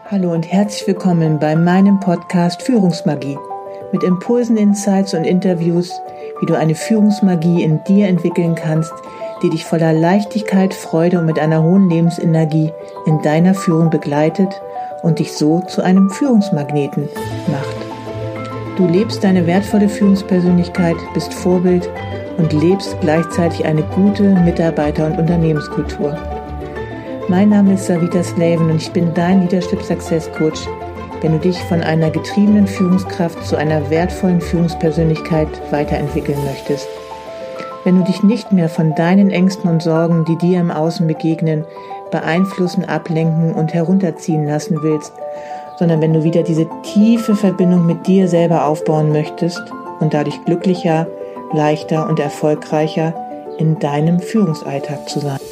Hallo und herzlich willkommen bei meinem Podcast Führungsmagie mit Impulsen, Insights und Interviews, wie du eine Führungsmagie in dir entwickeln kannst, die dich voller Leichtigkeit, Freude und mit einer hohen Lebensenergie in deiner Führung begleitet und dich so zu einem Führungsmagneten macht. Du lebst deine wertvolle Führungspersönlichkeit, bist Vorbild und lebst gleichzeitig eine gute Mitarbeiter- und Unternehmenskultur. Mein Name ist Savita Slaven und ich bin dein Leadership Success Coach, wenn du dich von einer getriebenen Führungskraft zu einer wertvollen Führungspersönlichkeit weiterentwickeln möchtest. Wenn du dich nicht mehr von deinen Ängsten und Sorgen, die dir im Außen begegnen, beeinflussen, ablenken und herunterziehen lassen willst, sondern wenn du wieder diese tiefe Verbindung mit dir selber aufbauen möchtest und dadurch glücklicher, leichter und erfolgreicher in deinem Führungsalltag zu sein.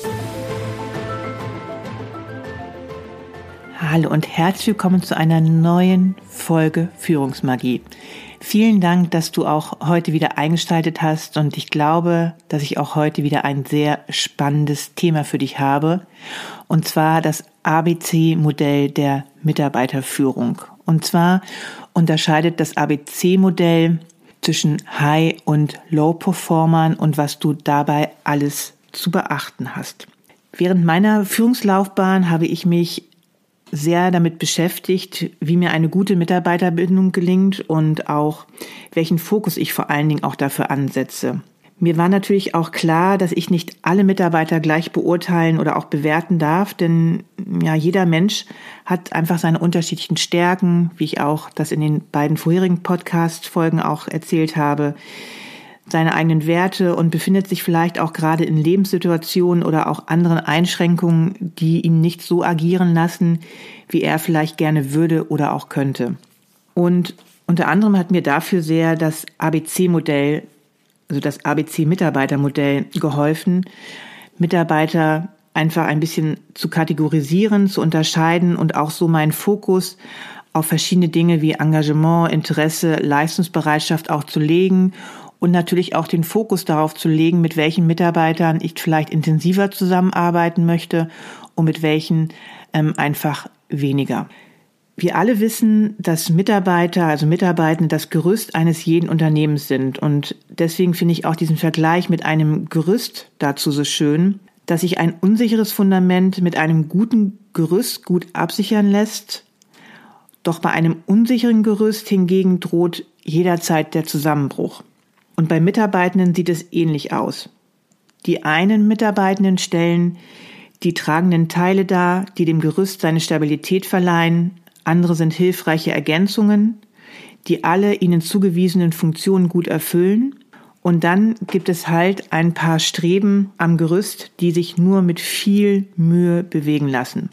Hallo und herzlich willkommen zu einer neuen Folge Führungsmagie. Vielen Dank, dass du auch heute wieder eingeschaltet hast und ich glaube, dass ich auch heute wieder ein sehr spannendes Thema für dich habe, und zwar das ABC-Modell der Mitarbeiterführung. Und zwar unterscheidet das ABC-Modell zwischen High- und Low-Performern und was du dabei alles zu beachten hast. Während meiner Führungslaufbahn habe ich mich sehr damit beschäftigt, wie mir eine gute Mitarbeiterbindung gelingt und auch welchen Fokus ich vor allen Dingen auch dafür ansetze. Mir war natürlich auch klar, dass ich nicht alle Mitarbeiter gleich beurteilen oder auch bewerten darf, denn ja, jeder Mensch hat einfach seine unterschiedlichen Stärken, wie ich auch das in den beiden vorherigen Podcast-Folgen auch erzählt habe, seine eigenen Werte und befindet sich vielleicht auch gerade in Lebenssituationen oder auch anderen Einschränkungen, die ihn nicht so agieren lassen, wie er vielleicht gerne würde oder auch könnte. Und unter anderem hat mir dafür sehr das ABC-Modell, also das ABC-Mitarbeitermodell geholfen, Mitarbeiter einfach ein bisschen zu kategorisieren, zu unterscheiden und auch so meinen Fokus auf verschiedene Dinge wie Engagement, Interesse, Leistungsbereitschaft auch zu legen und natürlich auch den Fokus darauf zu legen, mit welchen Mitarbeitern ich vielleicht intensiver zusammenarbeiten möchte und mit welchen einfach weniger. Wir alle wissen, dass Mitarbeiter, also Mitarbeitende, das Gerüst eines jeden Unternehmens sind. Und deswegen finde ich auch diesen Vergleich mit einem Gerüst dazu so schön, dass sich ein unsicheres Fundament mit einem guten Gerüst gut absichern lässt. Doch bei einem unsicheren Gerüst hingegen droht jederzeit der Zusammenbruch. Und bei Mitarbeitenden sieht es ähnlich aus. Die einen Mitarbeitenden stellen die tragenden Teile dar, die dem Gerüst seine Stabilität verleihen. Andere sind hilfreiche Ergänzungen, die alle ihnen zugewiesenen Funktionen gut erfüllen. Und dann gibt es halt ein paar Streben am Gerüst, die sich nur mit viel Mühe bewegen lassen.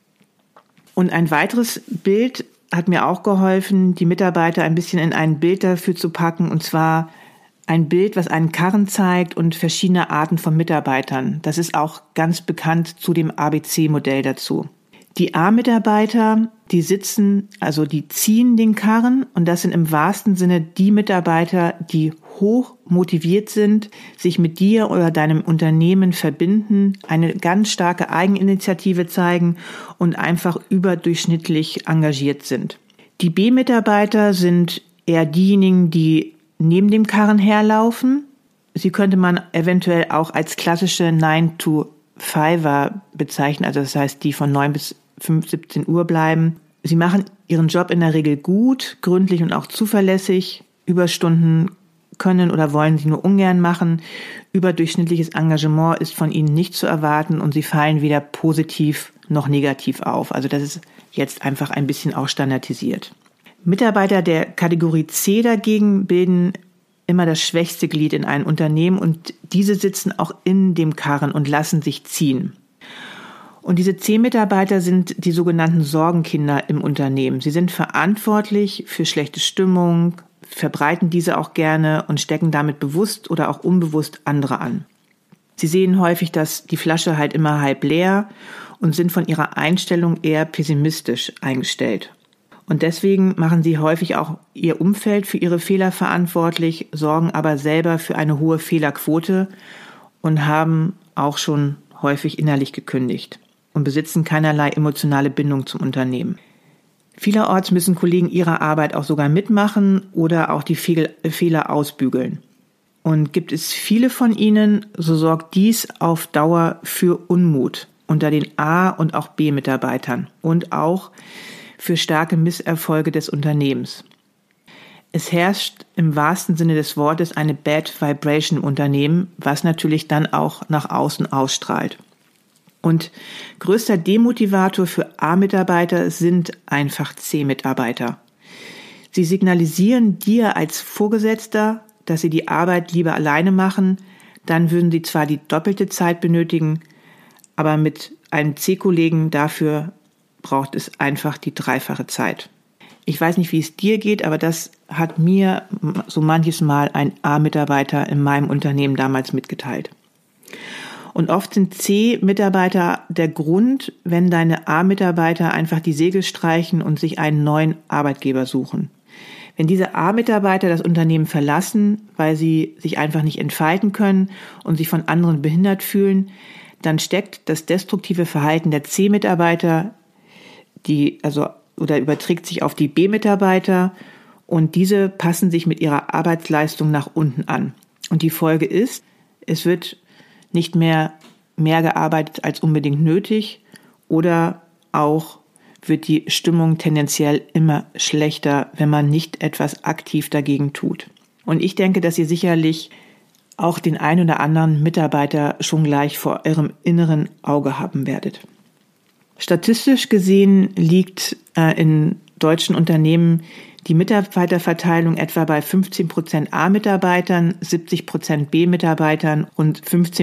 Und ein weiteres Bild hat mir auch geholfen, die Mitarbeiter ein bisschen in ein Bild dafür zu packen, und zwar ein Bild, was einen Karren zeigt und verschiedene Arten von Mitarbeitern. Das ist auch ganz bekannt zu dem ABC-Modell dazu. Die A-Mitarbeiter, die ziehen den Karren, und das sind im wahrsten Sinne die Mitarbeiter, die hoch motiviert sind, sich mit dir oder deinem Unternehmen verbinden, eine ganz starke Eigeninitiative zeigen und einfach überdurchschnittlich engagiert sind. Die B-Mitarbeiter sind eher diejenigen, die neben dem Karren herlaufen. Sie könnte man eventuell auch als klassische 9-to-5er bezeichnen, also das heißt, die von 9 bis 17 Uhr bleiben. Sie machen ihren Job in der Regel gut, gründlich und auch zuverlässig. Überstunden können oder wollen sie nur ungern machen. Überdurchschnittliches Engagement ist von ihnen nicht zu erwarten und sie fallen weder positiv noch negativ auf. Also das ist jetzt einfach ein bisschen auch standardisiert. Mitarbeiter der Kategorie C dagegen bilden immer das schwächste Glied in einem Unternehmen und diese sitzen auch in dem Karren und lassen sich ziehen. Und diese C-Mitarbeiter sind die sogenannten Sorgenkinder im Unternehmen. Sie sind verantwortlich für schlechte Stimmung, verbreiten diese auch gerne und stecken damit bewusst oder auch unbewusst andere an. Sie sehen häufig, dass die Flasche halt immer halb leer und sind von ihrer Einstellung eher pessimistisch eingestellt. Und deswegen machen sie häufig auch ihr Umfeld für ihre Fehler verantwortlich, sorgen aber selber für eine hohe Fehlerquote und haben auch schon häufig innerlich gekündigt und besitzen keinerlei emotionale Bindung zum Unternehmen. Vielerorts müssen Kollegen ihre Arbeit auch sogar mitmachen oder auch die Fehler ausbügeln. Und gibt es viele von ihnen, so sorgt dies auf Dauer für Unmut unter den A- und auch B-Mitarbeitern und auch für starke Misserfolge des Unternehmens. Es herrscht im wahrsten Sinne des Wortes eine Bad Vibration im Unternehmen, was natürlich dann auch nach außen ausstrahlt. Und größter Demotivator für A-Mitarbeiter sind einfach C-Mitarbeiter. Sie signalisieren dir als Vorgesetzter, dass sie die Arbeit lieber alleine machen, dann würden sie zwar die doppelte Zeit benötigen, aber mit einem C-Kollegen dafür braucht es einfach die dreifache Zeit. Ich weiß nicht, wie es dir geht, aber das hat mir so manches Mal ein A-Mitarbeiter in meinem Unternehmen damals mitgeteilt. Und oft sind C-Mitarbeiter der Grund, wenn deine A-Mitarbeiter einfach die Segel streichen und sich einen neuen Arbeitgeber suchen. Wenn diese A-Mitarbeiter das Unternehmen verlassen, weil sie sich einfach nicht entfalten können und sich von anderen behindert fühlen, dann steckt das destruktive Verhalten der C-Mitarbeiter, überträgt sich auf die B-Mitarbeiter und diese passen sich mit ihrer Arbeitsleistung nach unten an. Und die Folge ist, es wird nicht mehr gearbeitet als unbedingt nötig oder auch wird die Stimmung tendenziell immer schlechter, wenn man nicht etwas aktiv dagegen tut. Und ich denke, dass ihr sicherlich auch den ein oder anderen Mitarbeiter schon gleich vor eurem inneren Auge haben werdet. Statistisch gesehen liegt in deutschen Unternehmen die Mitarbeiterverteilung etwa bei 15% A-Mitarbeitern, 70% B-Mitarbeitern und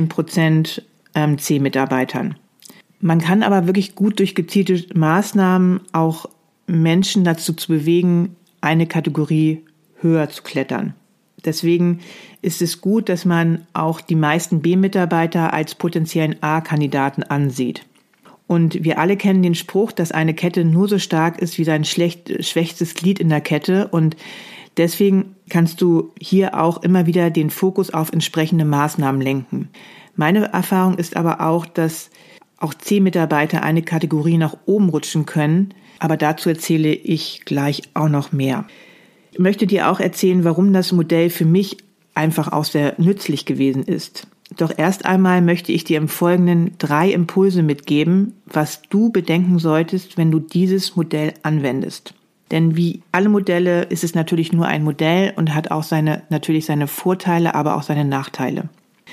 15% C-Mitarbeitern. Man kann aber wirklich gut durch gezielte Maßnahmen auch Menschen dazu zu bewegen, eine Kategorie höher zu klettern. Deswegen ist es gut, dass man auch die meisten B-Mitarbeiter als potenziellen A-Kandidaten ansieht. Und wir alle kennen den Spruch, dass eine Kette nur so stark ist wie sein schwächstes Glied in der Kette. Und deswegen kannst du hier auch immer wieder den Fokus auf entsprechende Maßnahmen lenken. Meine Erfahrung ist aber auch, dass auch C-Mitarbeiter eine Kategorie nach oben rutschen können. Aber dazu erzähle ich gleich auch noch mehr. Ich möchte dir auch erzählen, warum das Modell für mich einfach auch sehr nützlich gewesen ist. Doch erst einmal möchte ich dir im Folgenden 3 Impulse mitgeben, was du bedenken solltest, wenn du dieses Modell anwendest. Denn wie alle Modelle ist es natürlich nur ein Modell und hat auch seine Vorteile, aber auch seine Nachteile.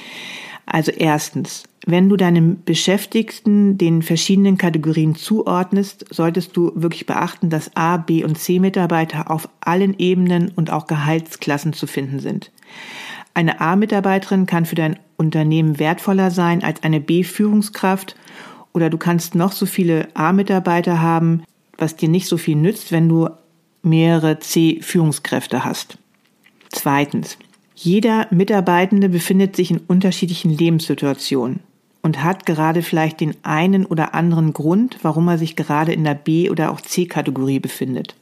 Also erstens, wenn du deinem Beschäftigten den verschiedenen Kategorien zuordnest, solltest du wirklich beachten, dass A-, B- und C-Mitarbeiter auf allen Ebenen und auch Gehaltsklassen zu finden sind. Eine A-Mitarbeiterin kann für dein Unternehmen wertvoller sein als eine B-Führungskraft oder du kannst noch so viele A-Mitarbeiter haben, was dir nicht so viel nützt, wenn du mehrere C-Führungskräfte hast. Zweitens, jeder Mitarbeitende befindet sich in unterschiedlichen Lebenssituationen und hat gerade vielleicht den einen oder anderen Grund, warum er sich gerade in der B- oder auch C-Kategorie befindet.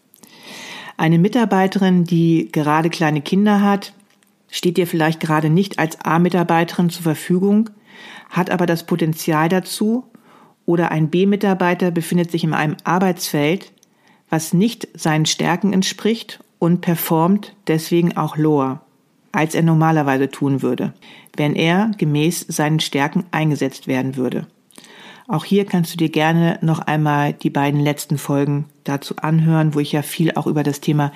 Eine Mitarbeiterin, die gerade kleine Kinder hat, steht dir vielleicht gerade nicht als A-Mitarbeiterin zur Verfügung, hat aber das Potenzial dazu, oder ein B-Mitarbeiter befindet sich in einem Arbeitsfeld, was nicht seinen Stärken entspricht und performt deswegen auch lower, als er normalerweise tun würde, wenn er gemäß seinen Stärken eingesetzt werden würde. Auch hier kannst du dir gerne noch einmal die beiden letzten Folgen dazu anhören, wo ich ja viel auch über das Thema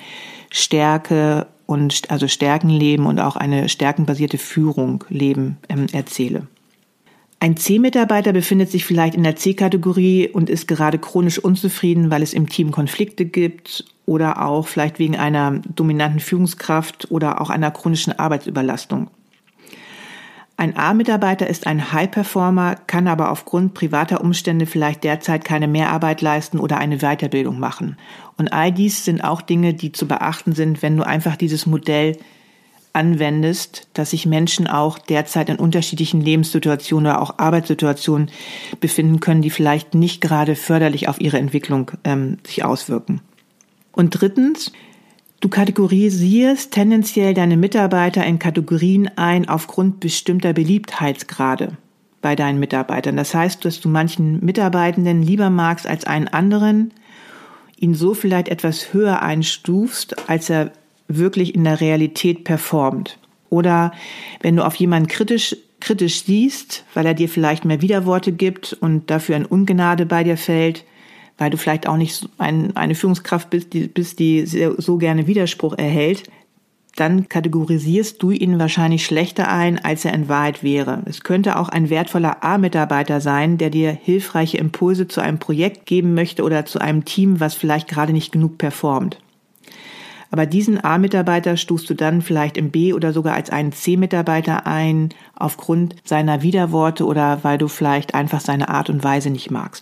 Stärke und also Stärkenleben und auch eine stärkenbasierte Führung leben erzähle. Ein C-Mitarbeiter befindet sich vielleicht in der C-Kategorie und ist gerade chronisch unzufrieden, weil es im Team Konflikte gibt oder auch vielleicht wegen einer dominanten Führungskraft oder auch einer chronischen Arbeitsüberlastung. Ein A-Mitarbeiter ist ein High-Performer, kann aber aufgrund privater Umstände vielleicht derzeit keine Mehrarbeit leisten oder eine Weiterbildung machen. Und all dies sind auch Dinge, die zu beachten sind, wenn du einfach dieses Modell anwendest, dass sich Menschen auch derzeit in unterschiedlichen Lebenssituationen oder auch Arbeitssituationen befinden können, die vielleicht nicht gerade förderlich auf ihre Entwicklung sich auswirken. Und drittens, du kategorisierst tendenziell deine Mitarbeiter in Kategorien ein aufgrund bestimmter Beliebtheitsgrade bei deinen Mitarbeitern. Das heißt, dass du manchen Mitarbeitenden lieber magst als einen anderen, ihn so vielleicht etwas höher einstufst, als er wirklich in der Realität performt. Oder wenn du auf jemanden kritisch siehst, weil er dir vielleicht mehr Widerworte gibt und dafür in Ungnade bei dir fällt, weil du vielleicht auch nicht eine Führungskraft bist, die so gerne Widerspruch erhält, dann kategorisierst du ihn wahrscheinlich schlechter ein, als er in Wahrheit wäre. Es könnte auch ein wertvoller A-Mitarbeiter sein, der dir hilfreiche Impulse zu einem Projekt geben möchte oder zu einem Team, was vielleicht gerade nicht genug performt. Aber diesen A-Mitarbeiter stufst du dann vielleicht im B oder sogar als einen C-Mitarbeiter ein, aufgrund seiner Widerworte oder weil du vielleicht einfach seine Art und Weise nicht magst.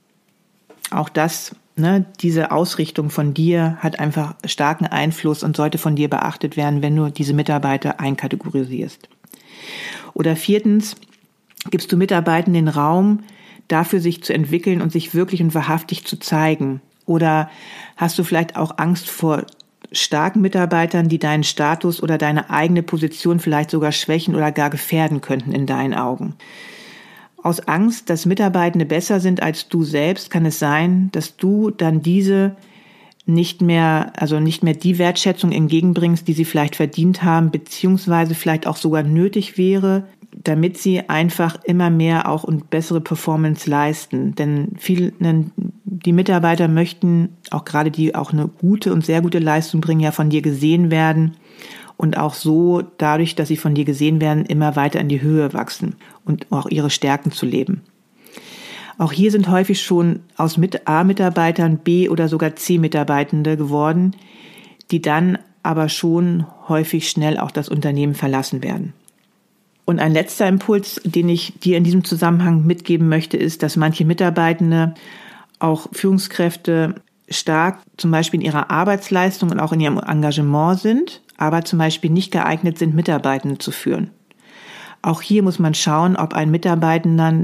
Auch das, diese Ausrichtung von dir hat einfach starken Einfluss und sollte von dir beachtet werden, wenn du diese Mitarbeiter einkategorisierst. Oder 4, gibst du Mitarbeitern den Raum, dafür sich zu entwickeln und sich wirklich und wahrhaftig zu zeigen. Oder hast du vielleicht auch Angst vor starken Mitarbeitern, die deinen Status oder deine eigene Position vielleicht sogar schwächen oder gar gefährden könnten in deinen Augen? Aus Angst, dass Mitarbeitende besser sind als du selbst, kann es sein, dass du dann diese nicht mehr die Wertschätzung entgegenbringst, die sie vielleicht verdient haben, beziehungsweise vielleicht auch sogar nötig wäre, damit sie einfach immer mehr auch und bessere Performance leisten. Denn die Mitarbeiter möchten, auch gerade die auch eine gute und sehr gute Leistung bringen, ja von dir gesehen werden. Und auch so, dadurch, dass sie von dir gesehen werden, immer weiter in die Höhe wachsen und auch ihre Stärken zu leben. Auch hier sind häufig schon aus A-Mitarbeitern B- oder sogar C-Mitarbeitende geworden, die dann aber schon häufig schnell auch das Unternehmen verlassen werden. Und ein letzter Impuls, den ich dir in diesem Zusammenhang mitgeben möchte, ist, dass manche Mitarbeitende, auch Führungskräfte, stark zum Beispiel in ihrer Arbeitsleistung und auch in ihrem Engagement sind, aber zum Beispiel nicht geeignet sind, Mitarbeitende zu führen. Auch hier muss man schauen, ob ein Mitarbeitender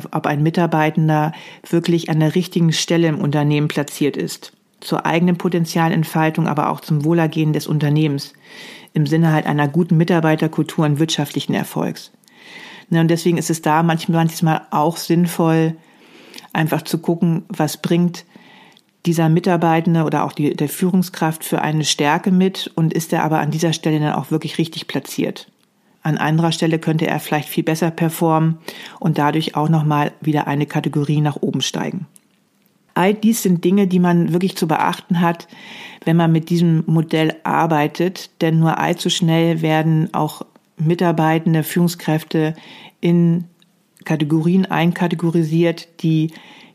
wirklich an der richtigen Stelle im Unternehmen platziert ist. Zur eigenen Potenzialentfaltung, aber auch zum Wohlergehen des Unternehmens. Im Sinne halt einer guten Mitarbeiterkultur und wirtschaftlichen Erfolgs. Und deswegen ist es da manchmal auch sinnvoll, einfach zu gucken, was bringt dieser Mitarbeitende oder auch der Führungskraft für eine Stärke mit und ist er aber an dieser Stelle dann auch wirklich richtig platziert. An anderer Stelle könnte er vielleicht viel besser performen und dadurch auch nochmal wieder eine Kategorie nach oben steigen. All dies sind Dinge, die man wirklich zu beachten hat, wenn man mit diesem Modell arbeitet, denn nur allzu schnell werden auch Mitarbeitende, Führungskräfte in Kategorien einkategorisiert, die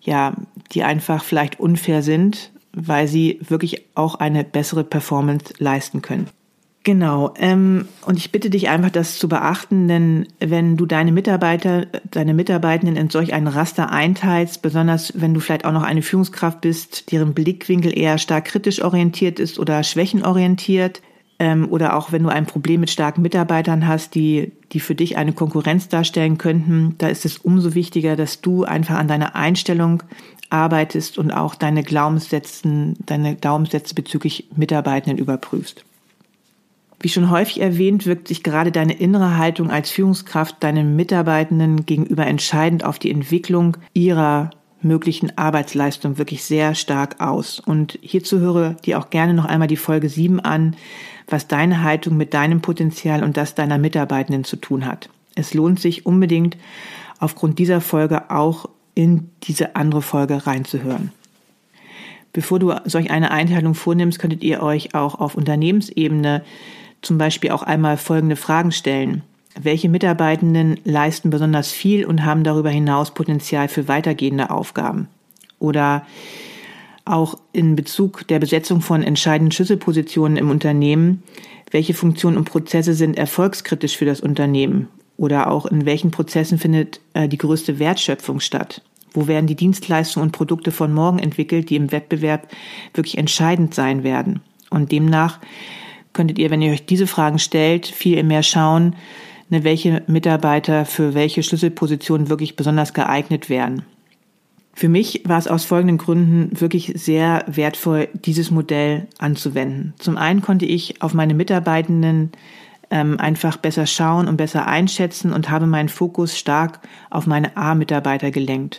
einfach vielleicht unfair sind, weil sie wirklich auch eine bessere Performance leisten können. Genau, und ich bitte dich einfach, das zu beachten, denn wenn du deine Mitarbeitenden in solch ein Raster einteilst, besonders wenn du vielleicht auch noch eine Führungskraft bist, deren Blickwinkel eher stark kritisch orientiert ist oder schwächenorientiert, oder auch wenn du ein Problem mit starken Mitarbeitern hast, die für dich eine Konkurrenz darstellen könnten, da ist es umso wichtiger, dass du einfach an deiner Einstellung arbeitest und auch deine Glaubenssätze bezüglich Mitarbeitenden überprüfst. Wie schon häufig erwähnt, wirkt sich gerade deine innere Haltung als Führungskraft deinen Mitarbeitenden gegenüber entscheidend auf die Entwicklung ihrer möglichen Arbeitsleistung wirklich sehr stark aus. Und hierzu höre dir auch gerne noch einmal die Folge 7 an, was deine Haltung mit deinem Potenzial und das deiner Mitarbeitenden zu tun hat. Es lohnt sich unbedingt, aufgrund dieser Folge auch in diese andere Folge reinzuhören. Bevor du solch eine Einteilung vornimmst, könntet ihr euch auch auf Unternehmensebene zum Beispiel auch einmal folgende Fragen stellen. Welche Mitarbeitenden leisten besonders viel und haben darüber hinaus Potenzial für weitergehende Aufgaben? Oder auch in Bezug der Besetzung von entscheidenden Schlüsselpositionen im Unternehmen, welche Funktionen und Prozesse sind erfolgskritisch für das Unternehmen? Oder auch in welchen Prozessen findet die größte Wertschöpfung statt? Wo werden die Dienstleistungen und Produkte von morgen entwickelt, die im Wettbewerb wirklich entscheidend sein werden? Und demnach könntet ihr, wenn ihr euch diese Fragen stellt, viel mehr schauen, welche Mitarbeiter für welche Schlüsselpositionen wirklich besonders geeignet wären. Für mich war es aus folgenden Gründen wirklich sehr wertvoll, dieses Modell anzuwenden. Zum einen konnte ich auf meine Mitarbeitenden einfach besser schauen und besser einschätzen und habe meinen Fokus stark auf meine A-Mitarbeiter gelenkt,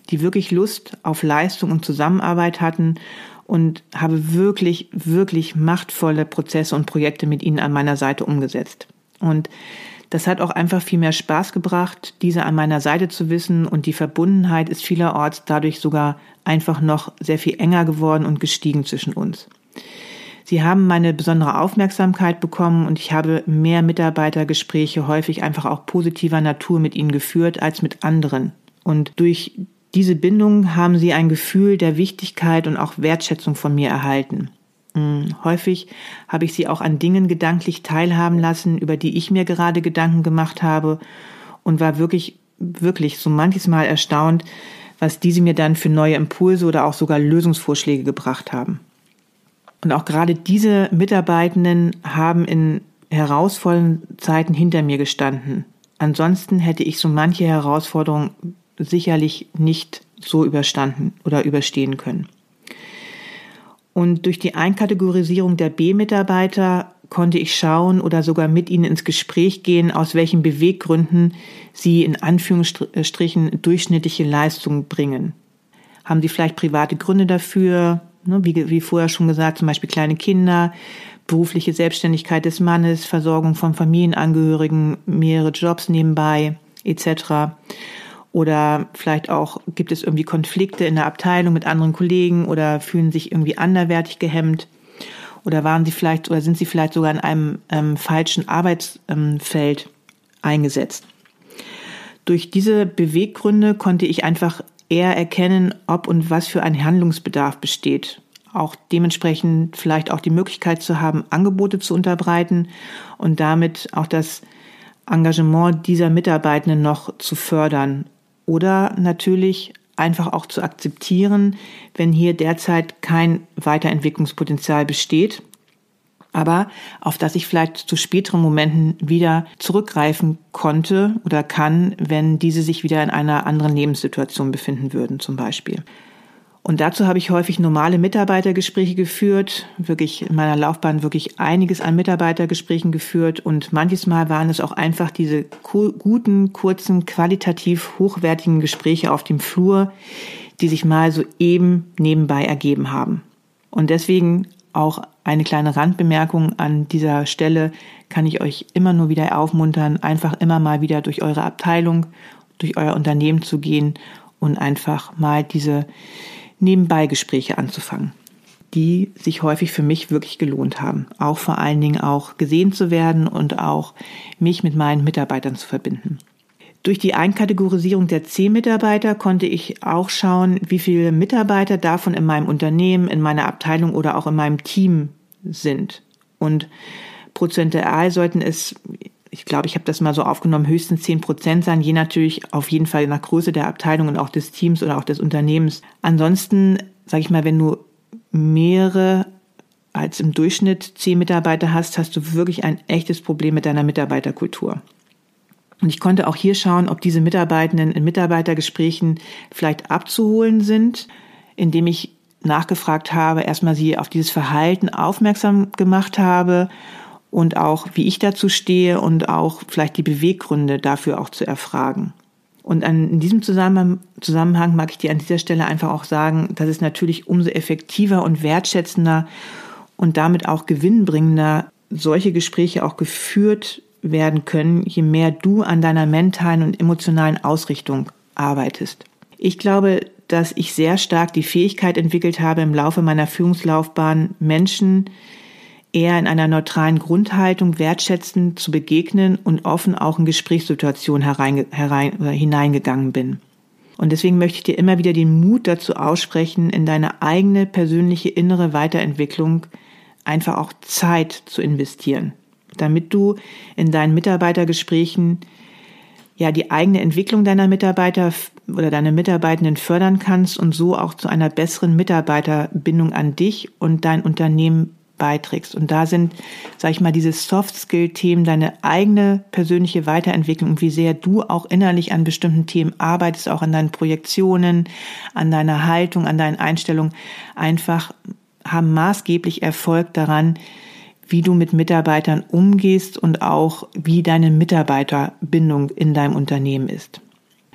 die wirklich Lust auf Leistung und Zusammenarbeit hatten und habe wirklich, wirklich machtvolle Prozesse und Projekte mit ihnen an meiner Seite umgesetzt. Und das hat auch einfach viel mehr Spaß gebracht, diese an meiner Seite zu wissen, und die Verbundenheit ist vielerorts dadurch sogar einfach noch sehr viel enger geworden und gestiegen zwischen uns. Sie haben meine besondere Aufmerksamkeit bekommen und ich habe mehr Mitarbeitergespräche häufig einfach auch positiver Natur mit ihnen geführt als mit anderen. Und durch diese Bindung haben sie ein Gefühl der Wichtigkeit und auch Wertschätzung von mir erhalten. Häufig habe ich sie auch an Dingen gedanklich teilhaben lassen, über die ich mir gerade Gedanken gemacht habe, und war wirklich, wirklich so manches Mal erstaunt, was diese mir dann für neue Impulse oder auch sogar Lösungsvorschläge gebracht haben. Und auch gerade diese Mitarbeitenden haben in herausfordernden Zeiten hinter mir gestanden. Ansonsten hätte ich so manche Herausforderung sicherlich nicht so überstanden oder überstehen können. Und durch die Einkategorisierung der B-Mitarbeiter konnte ich schauen oder sogar mit ihnen ins Gespräch gehen, aus welchen Beweggründen sie in Anführungsstrichen durchschnittliche Leistungen bringen. Haben sie vielleicht private Gründe dafür, wie vorher schon gesagt, zum Beispiel kleine Kinder, berufliche Selbstständigkeit des Mannes, Versorgung von Familienangehörigen, mehrere Jobs nebenbei etc. Oder vielleicht auch gibt es irgendwie Konflikte in der Abteilung mit anderen Kollegen oder fühlen sich irgendwie anderweitig gehemmt. Oder sind sie vielleicht sogar in einem falschen Arbeitsfeld eingesetzt. Durch diese Beweggründe konnte ich einfach eher erkennen, ob und was für ein Handlungsbedarf besteht. Auch dementsprechend vielleicht auch die Möglichkeit zu haben, Angebote zu unterbreiten und damit auch das Engagement dieser Mitarbeitenden noch zu fördern. Oder natürlich einfach auch zu akzeptieren, wenn hier derzeit kein Weiterentwicklungspotenzial besteht, aber auf das ich vielleicht zu späteren Momenten wieder zurückgreifen konnte oder kann, wenn diese sich wieder in einer anderen Lebenssituation befinden würden zum Beispiel. Und dazu habe ich häufig normale Mitarbeitergespräche geführt, wirklich in meiner Laufbahn wirklich einiges an Mitarbeitergesprächen geführt, und manches Mal waren es auch einfach diese guten, kurzen, qualitativ hochwertigen Gespräche auf dem Flur, die sich mal so eben nebenbei ergeben haben. Und deswegen auch eine kleine Randbemerkung an dieser Stelle: kann ich euch immer nur wieder aufmuntern, einfach immer mal wieder durch eure Abteilung, durch euer Unternehmen zu gehen und einfach mal diese Nebenbei-Gespräche anzufangen, die sich häufig für mich wirklich gelohnt haben. Auch vor allen Dingen auch gesehen zu werden und auch mich mit meinen Mitarbeitern zu verbinden. Durch die Einkategorisierung der C-Mitarbeiter konnte ich auch schauen, wie viele Mitarbeiter davon in meinem Unternehmen, in meiner Abteilung oder auch in meinem Team sind. Und prozentual sollten es, ich glaube, ich habe das mal so aufgenommen, höchstens 10% sein, je natürlich auf jeden Fall nach Größe der Abteilung und auch des Teams oder auch des Unternehmens. Ansonsten, sage ich mal, wenn du mehrere als im Durchschnitt 10 Mitarbeiter hast, hast du wirklich ein echtes Problem mit deiner Mitarbeiterkultur. Und ich konnte auch hier schauen, ob diese Mitarbeitenden in Mitarbeitergesprächen vielleicht abzuholen sind, indem ich nachgefragt habe, erstmal sie auf dieses Verhalten aufmerksam gemacht habe und auch, wie ich dazu stehe und auch vielleicht die Beweggründe dafür auch zu erfragen. Und in diesem Zusammenhang mag ich dir an dieser Stelle einfach auch sagen, dass es natürlich umso effektiver und wertschätzender und damit auch gewinnbringender solche Gespräche auch geführt werden können, je mehr du an deiner mentalen und emotionalen Ausrichtung arbeitest. Ich glaube, dass ich sehr stark die Fähigkeit entwickelt habe, im Laufe meiner Führungslaufbahn Menschen eher in einer neutralen Grundhaltung wertschätzend zu begegnen und offen auch in Gesprächssituationen hineingegangen bin. Und deswegen möchte ich dir immer wieder den Mut dazu aussprechen, in deine eigene persönliche innere Weiterentwicklung einfach auch Zeit zu investieren, damit du in deinen Mitarbeitergesprächen ja die eigene Entwicklung deiner Mitarbeiter oder deiner Mitarbeitenden fördern kannst und so auch zu einer besseren Mitarbeiterbindung an dich und dein Unternehmen beiträgst. Und da sind, sag ich mal, diese Soft-Skill-Themen, deine eigene persönliche Weiterentwicklung und wie sehr du auch innerlich an bestimmten Themen arbeitest, auch an deinen Projektionen, an deiner Haltung, an deinen Einstellungen, einfach haben maßgeblich Erfolg daran, wie du mit Mitarbeitern umgehst und auch wie deine Mitarbeiterbindung in deinem Unternehmen ist.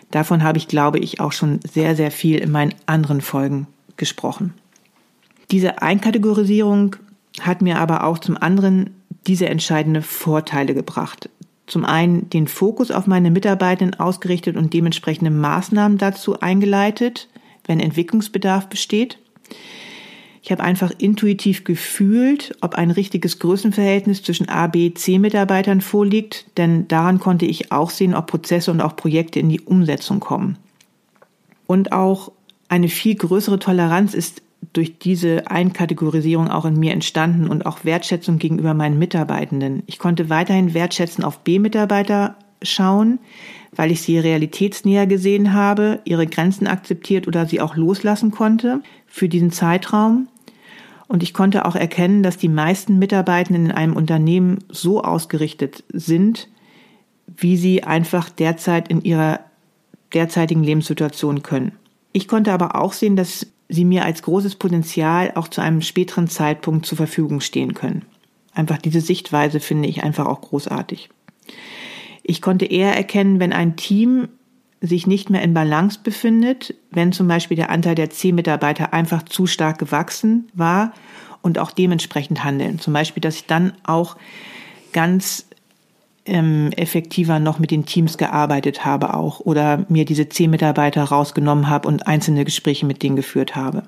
Davon habe ich, glaube ich, auch schon sehr, sehr viel in meinen anderen Folgen gesprochen. Diese Einkategorisierung hat mir aber auch zum anderen diese entscheidenden Vorteile gebracht. Zum einen den Fokus auf meine Mitarbeitenden ausgerichtet und dementsprechende Maßnahmen dazu eingeleitet, wenn Entwicklungsbedarf besteht. Ich habe einfach intuitiv gefühlt, ob ein richtiges Größenverhältnis zwischen A, B, C-Mitarbeitern vorliegt, denn daran konnte ich auch sehen, ob Prozesse und auch Projekte in die Umsetzung kommen. Und auch eine viel größere Toleranz ist durch diese Einkategorisierung auch in mir entstanden und auch Wertschätzung gegenüber meinen Mitarbeitenden. Ich konnte weiterhin wertschätzen auf B-Mitarbeiter schauen, weil ich sie realitätsnäher gesehen habe, ihre Grenzen akzeptiert oder sie auch loslassen konnte für diesen Zeitraum. Und ich konnte auch erkennen, dass die meisten Mitarbeitenden in einem Unternehmen so ausgerichtet sind, wie sie einfach derzeit in ihrer derzeitigen Lebenssituation können. Ich konnte aber auch sehen, dass sie mir als großes Potenzial auch zu einem späteren Zeitpunkt zur Verfügung stehen können. Einfach diese Sichtweise finde ich einfach auch großartig. Ich konnte eher erkennen, wenn ein Team sich nicht mehr in Balance befindet, wenn zum Beispiel der Anteil der C-Mitarbeiter einfach zu stark gewachsen war und auch dementsprechend handeln. Zum Beispiel, dass ich dann auch ganz effektiver noch mit den Teams gearbeitet habe auch oder mir diese 10 Mitarbeiter rausgenommen habe und einzelne Gespräche mit denen geführt habe.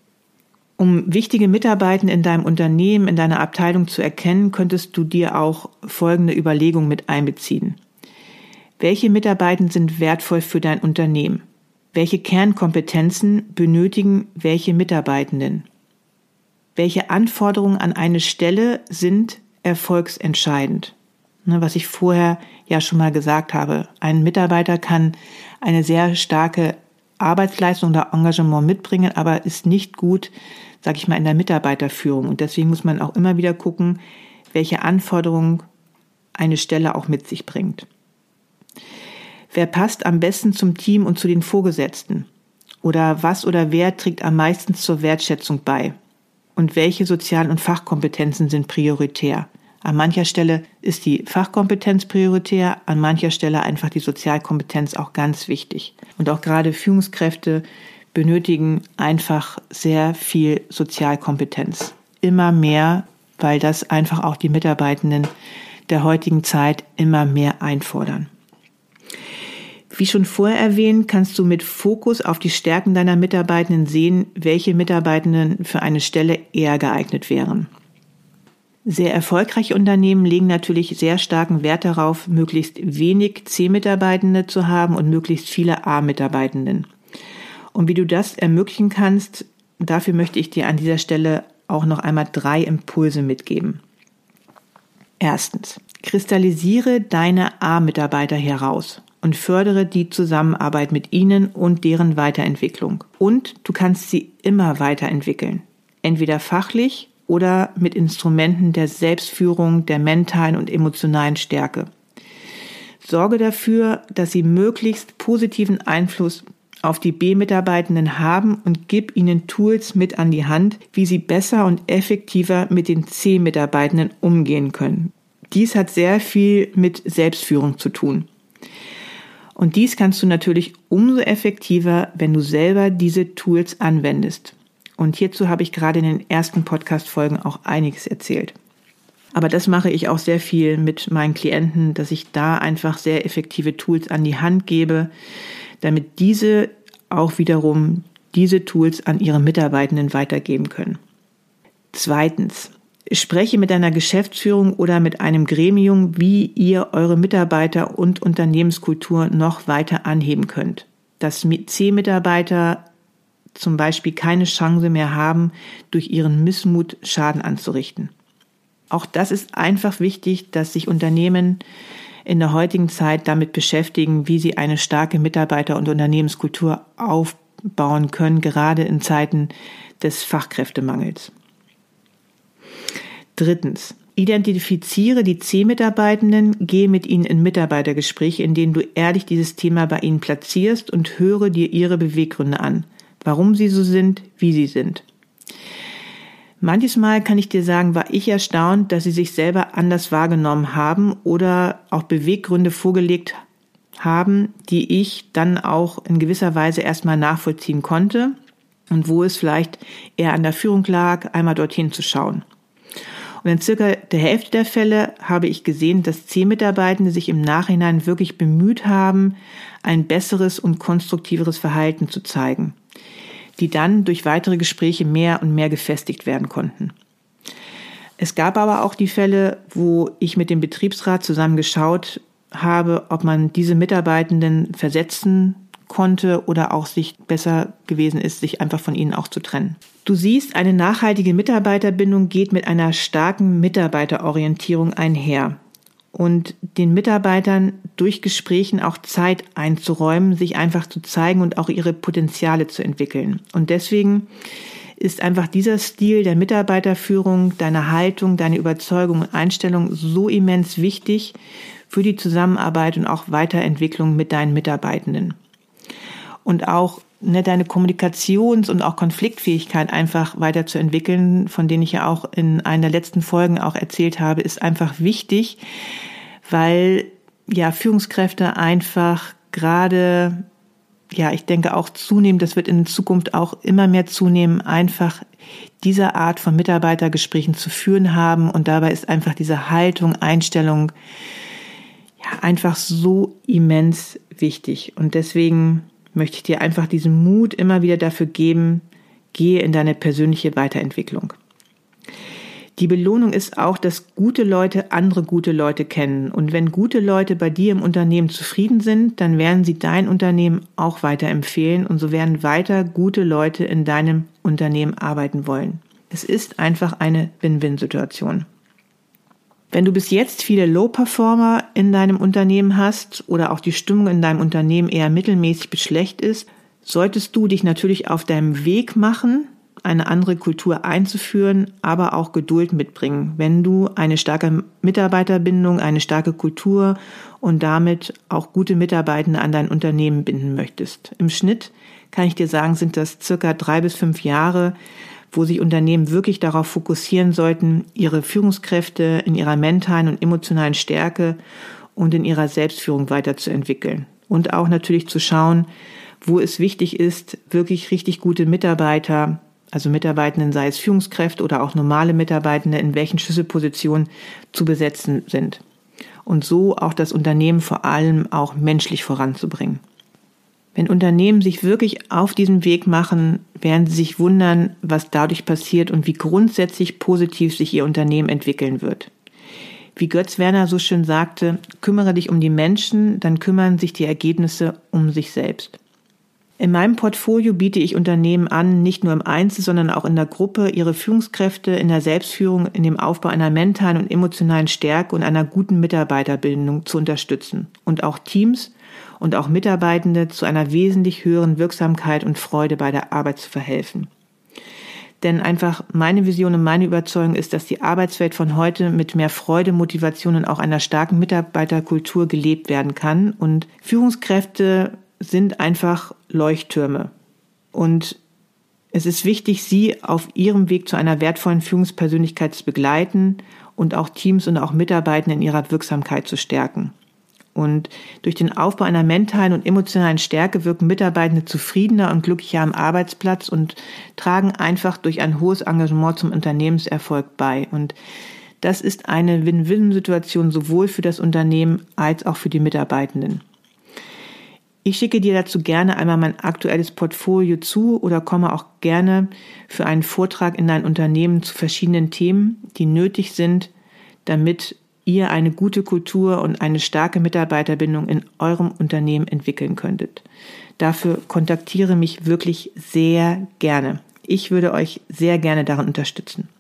Um wichtige Mitarbeiter in deinem Unternehmen, in deiner Abteilung zu erkennen, könntest du dir auch folgende Überlegung mit einbeziehen. Welche Mitarbeiter sind wertvoll für dein Unternehmen? Welche Kernkompetenzen benötigen welche Mitarbeitenden? Welche Anforderungen an eine Stelle sind erfolgsentscheidend? Was ich vorher ja schon mal gesagt habe. Ein Mitarbeiter kann eine sehr starke Arbeitsleistung oder Engagement mitbringen, aber ist nicht gut, sage ich mal, in der Mitarbeiterführung. Und deswegen muss man auch immer wieder gucken, welche Anforderungen eine Stelle auch mit sich bringt. Wer passt am besten zum Team und zu den Vorgesetzten? Oder was oder wer trägt am meisten zur Wertschätzung bei? Und welche Sozial- und Fachkompetenzen sind prioritär? An mancher Stelle ist die Fachkompetenz prioritär, an mancher Stelle einfach die Sozialkompetenz auch ganz wichtig. Und auch gerade Führungskräfte benötigen einfach sehr viel Sozialkompetenz. Immer mehr, weil das einfach auch die Mitarbeitenden der heutigen Zeit immer mehr einfordern. Wie schon vorher erwähnt, kannst du mit Fokus auf die Stärken deiner Mitarbeitenden sehen, welche Mitarbeitenden für eine Stelle eher geeignet wären. Sehr erfolgreiche Unternehmen legen natürlich sehr starken Wert darauf, möglichst wenig C-Mitarbeitende zu haben und möglichst viele A-Mitarbeitenden. Und wie du das ermöglichen kannst, dafür möchte ich dir an dieser Stelle auch noch einmal 3 Impulse mitgeben. Erstens, kristallisiere deine A-Mitarbeiter heraus und fördere die Zusammenarbeit mit ihnen und deren Weiterentwicklung. Und du kannst sie immer weiterentwickeln, entweder fachlich oder mit Instrumenten der Selbstführung, der mentalen und emotionalen Stärke. Sorge dafür, dass sie möglichst positiven Einfluss auf die B-Mitarbeitenden haben und gib ihnen Tools mit an die Hand, wie sie besser und effektiver mit den C-Mitarbeitenden umgehen können. Dies hat sehr viel mit Selbstführung zu tun. Und dies kannst du natürlich umso effektiver, wenn du selber diese Tools anwendest. Und hierzu habe ich gerade in den ersten Podcast-Folgen auch einiges erzählt. Aber das mache ich auch sehr viel mit meinen Klienten, dass ich da einfach sehr effektive Tools an die Hand gebe, damit diese auch wiederum diese Tools an ihre Mitarbeitenden weitergeben können. Zweitens, spreche mit deiner Geschäftsführung oder mit einem Gremium, wie ihr eure Mitarbeiter- und Unternehmenskultur noch weiter anheben könnt. Dass C-Mitarbeiter zum Beispiel keine Chance mehr haben, durch ihren Missmut Schaden anzurichten. Auch das ist einfach wichtig, dass sich Unternehmen in der heutigen Zeit damit beschäftigen, wie sie eine starke Mitarbeiter- und Unternehmenskultur aufbauen können, gerade in Zeiten des Fachkräftemangels. Drittens, identifiziere die C-Mitarbeitenden, gehe mit ihnen in Mitarbeitergespräche, in denen du ehrlich dieses Thema bei ihnen platzierst und höre dir ihre Beweggründe an, warum sie so sind, wie sie sind. Manches Mal kann ich dir sagen, war ich erstaunt, dass sie sich selber anders wahrgenommen haben oder auch Beweggründe vorgelegt haben, die ich dann auch in gewisser Weise erstmal nachvollziehen konnte und wo es vielleicht eher an der Führung lag, einmal dorthin zu schauen. Und in circa der Hälfte der Fälle habe ich gesehen, dass C-Mitarbeitende sich im Nachhinein wirklich bemüht haben, ein besseres und konstruktiveres Verhalten zu zeigen, die dann durch weitere Gespräche mehr und mehr gefestigt werden konnten. Es gab aber auch die Fälle, wo ich mit dem Betriebsrat zusammen geschaut habe, ob man diese Mitarbeitenden versetzen konnte oder auch sich besser gewesen ist, sich einfach von ihnen auch zu trennen. Du siehst, eine nachhaltige Mitarbeiterbindung geht mit einer starken Mitarbeiterorientierung einher und den Mitarbeitern durch Gesprächen auch Zeit einzuräumen, sich einfach zu zeigen und auch ihre Potenziale zu entwickeln. Und deswegen ist einfach dieser Stil der Mitarbeiterführung, deine Haltung, deine Überzeugung und Einstellung so immens wichtig für die Zusammenarbeit und auch Weiterentwicklung mit deinen Mitarbeitenden. Und auch deine Kommunikations- und auch Konfliktfähigkeit einfach weiterzuentwickeln, von denen ich ja auch in einer der letzten Folgen auch erzählt habe, ist einfach wichtig, weil ja Führungskräfte einfach gerade, ja, ich denke auch zunehmend, das wird in Zukunft auch immer mehr zunehmen, einfach diese Art von Mitarbeitergesprächen zu führen haben. Und dabei ist einfach diese Haltung, Einstellung, ja, einfach so immens wichtig. Und deswegen möchte ich dir einfach diesen Mut immer wieder dafür geben, gehe in deine persönliche Weiterentwicklung. Die Belohnung ist auch, dass gute Leute andere gute Leute kennen. Und wenn gute Leute bei dir im Unternehmen zufrieden sind, dann werden sie dein Unternehmen auch weiterempfehlen und so werden weiter gute Leute in deinem Unternehmen arbeiten wollen. Es ist einfach eine Win-Win-Situation. Wenn du bis jetzt viele Low-Performer in deinem Unternehmen hast oder auch die Stimmung in deinem Unternehmen eher mittelmäßig bis schlecht ist, solltest du dich natürlich auf deinem Weg machen, eine andere Kultur einzuführen, aber auch Geduld mitbringen, wenn du eine starke Mitarbeiterbindung, eine starke Kultur und damit auch gute Mitarbeitende an dein Unternehmen binden möchtest. Im Schnitt kann ich dir sagen, sind das circa 3 bis 5 Jahre, wo sich Unternehmen wirklich darauf fokussieren sollten, ihre Führungskräfte in ihrer mentalen und emotionalen Stärke und in ihrer Selbstführung weiterzuentwickeln. Und auch natürlich zu schauen, wo es wichtig ist, wirklich richtig gute Mitarbeiter, also Mitarbeitenden, sei es Führungskräfte oder auch normale Mitarbeitende, in welchen Schlüsselpositionen zu besetzen sind. Und so auch das Unternehmen vor allem auch menschlich voranzubringen. Wenn Unternehmen sich wirklich auf diesen Weg machen, werden sie sich wundern, was dadurch passiert und wie grundsätzlich positiv sich ihr Unternehmen entwickeln wird. Wie Götz Werner so schön sagte, kümmere dich um die Menschen, dann kümmern sich die Ergebnisse um sich selbst. In meinem Portfolio biete ich Unternehmen an, nicht nur im Einzel, sondern auch in der Gruppe, ihre Führungskräfte in der Selbstführung, in dem Aufbau einer mentalen und emotionalen Stärke und einer guten Mitarbeiterbindung zu unterstützen und auch Teams und auch Mitarbeitende zu einer wesentlich höheren Wirksamkeit und Freude bei der Arbeit zu verhelfen. Denn einfach meine Vision und meine Überzeugung ist, dass die Arbeitswelt von heute mit mehr Freude, Motivation und auch einer starken Mitarbeiterkultur gelebt werden kann. Und Führungskräfte sind einfach Leuchttürme. Und es ist wichtig, sie auf ihrem Weg zu einer wertvollen Führungspersönlichkeit zu begleiten und auch Teams und auch Mitarbeitende in ihrer Wirksamkeit zu stärken. Und durch den Aufbau einer mentalen und emotionalen Stärke wirken Mitarbeitende zufriedener und glücklicher am Arbeitsplatz und tragen einfach durch ein hohes Engagement zum Unternehmenserfolg bei. Und das ist eine Win-Win-Situation sowohl für das Unternehmen als auch für die Mitarbeitenden. Ich schicke dir dazu gerne einmal mein aktuelles Portfolio zu oder komme auch gerne für einen Vortrag in dein Unternehmen zu verschiedenen Themen, die nötig sind, damit ihr eine gute Kultur und eine starke Mitarbeiterbindung in eurem Unternehmen entwickeln könntet. Dafür kontaktiere mich wirklich sehr gerne. Ich würde euch sehr gerne daran unterstützen.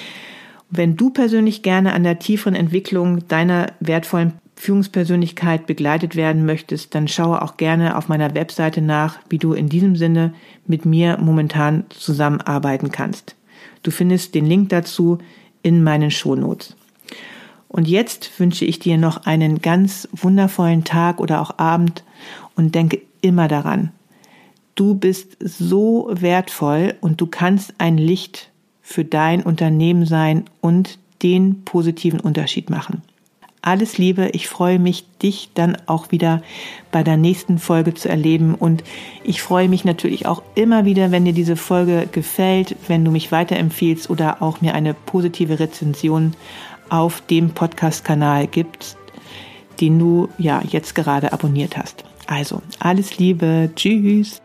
Wenn du persönlich gerne an der tieferen Entwicklung deiner wertvollen Führungspersönlichkeit begleitet werden möchtest, dann schaue auch gerne auf meiner Webseite nach, wie du in diesem Sinne mit mir momentan zusammenarbeiten kannst. Du findest den Link dazu in meinen Shownotes. Und jetzt wünsche ich dir noch einen ganz wundervollen Tag oder auch Abend und denke immer daran, du bist so wertvoll und du kannst ein Licht für dein Unternehmen sein und den positiven Unterschied machen. alles Liebe. Ich freue mich, dich dann auch wieder bei der nächsten Folge zu erleben. Und ich freue mich natürlich auch immer wieder, wenn dir diese Folge gefällt, wenn du mich weiterempfiehlst oder auch mir eine positive Rezension auf dem Podcast-Kanal gibst, den du ja jetzt gerade abonniert hast. Also, alles Liebe. Tschüss.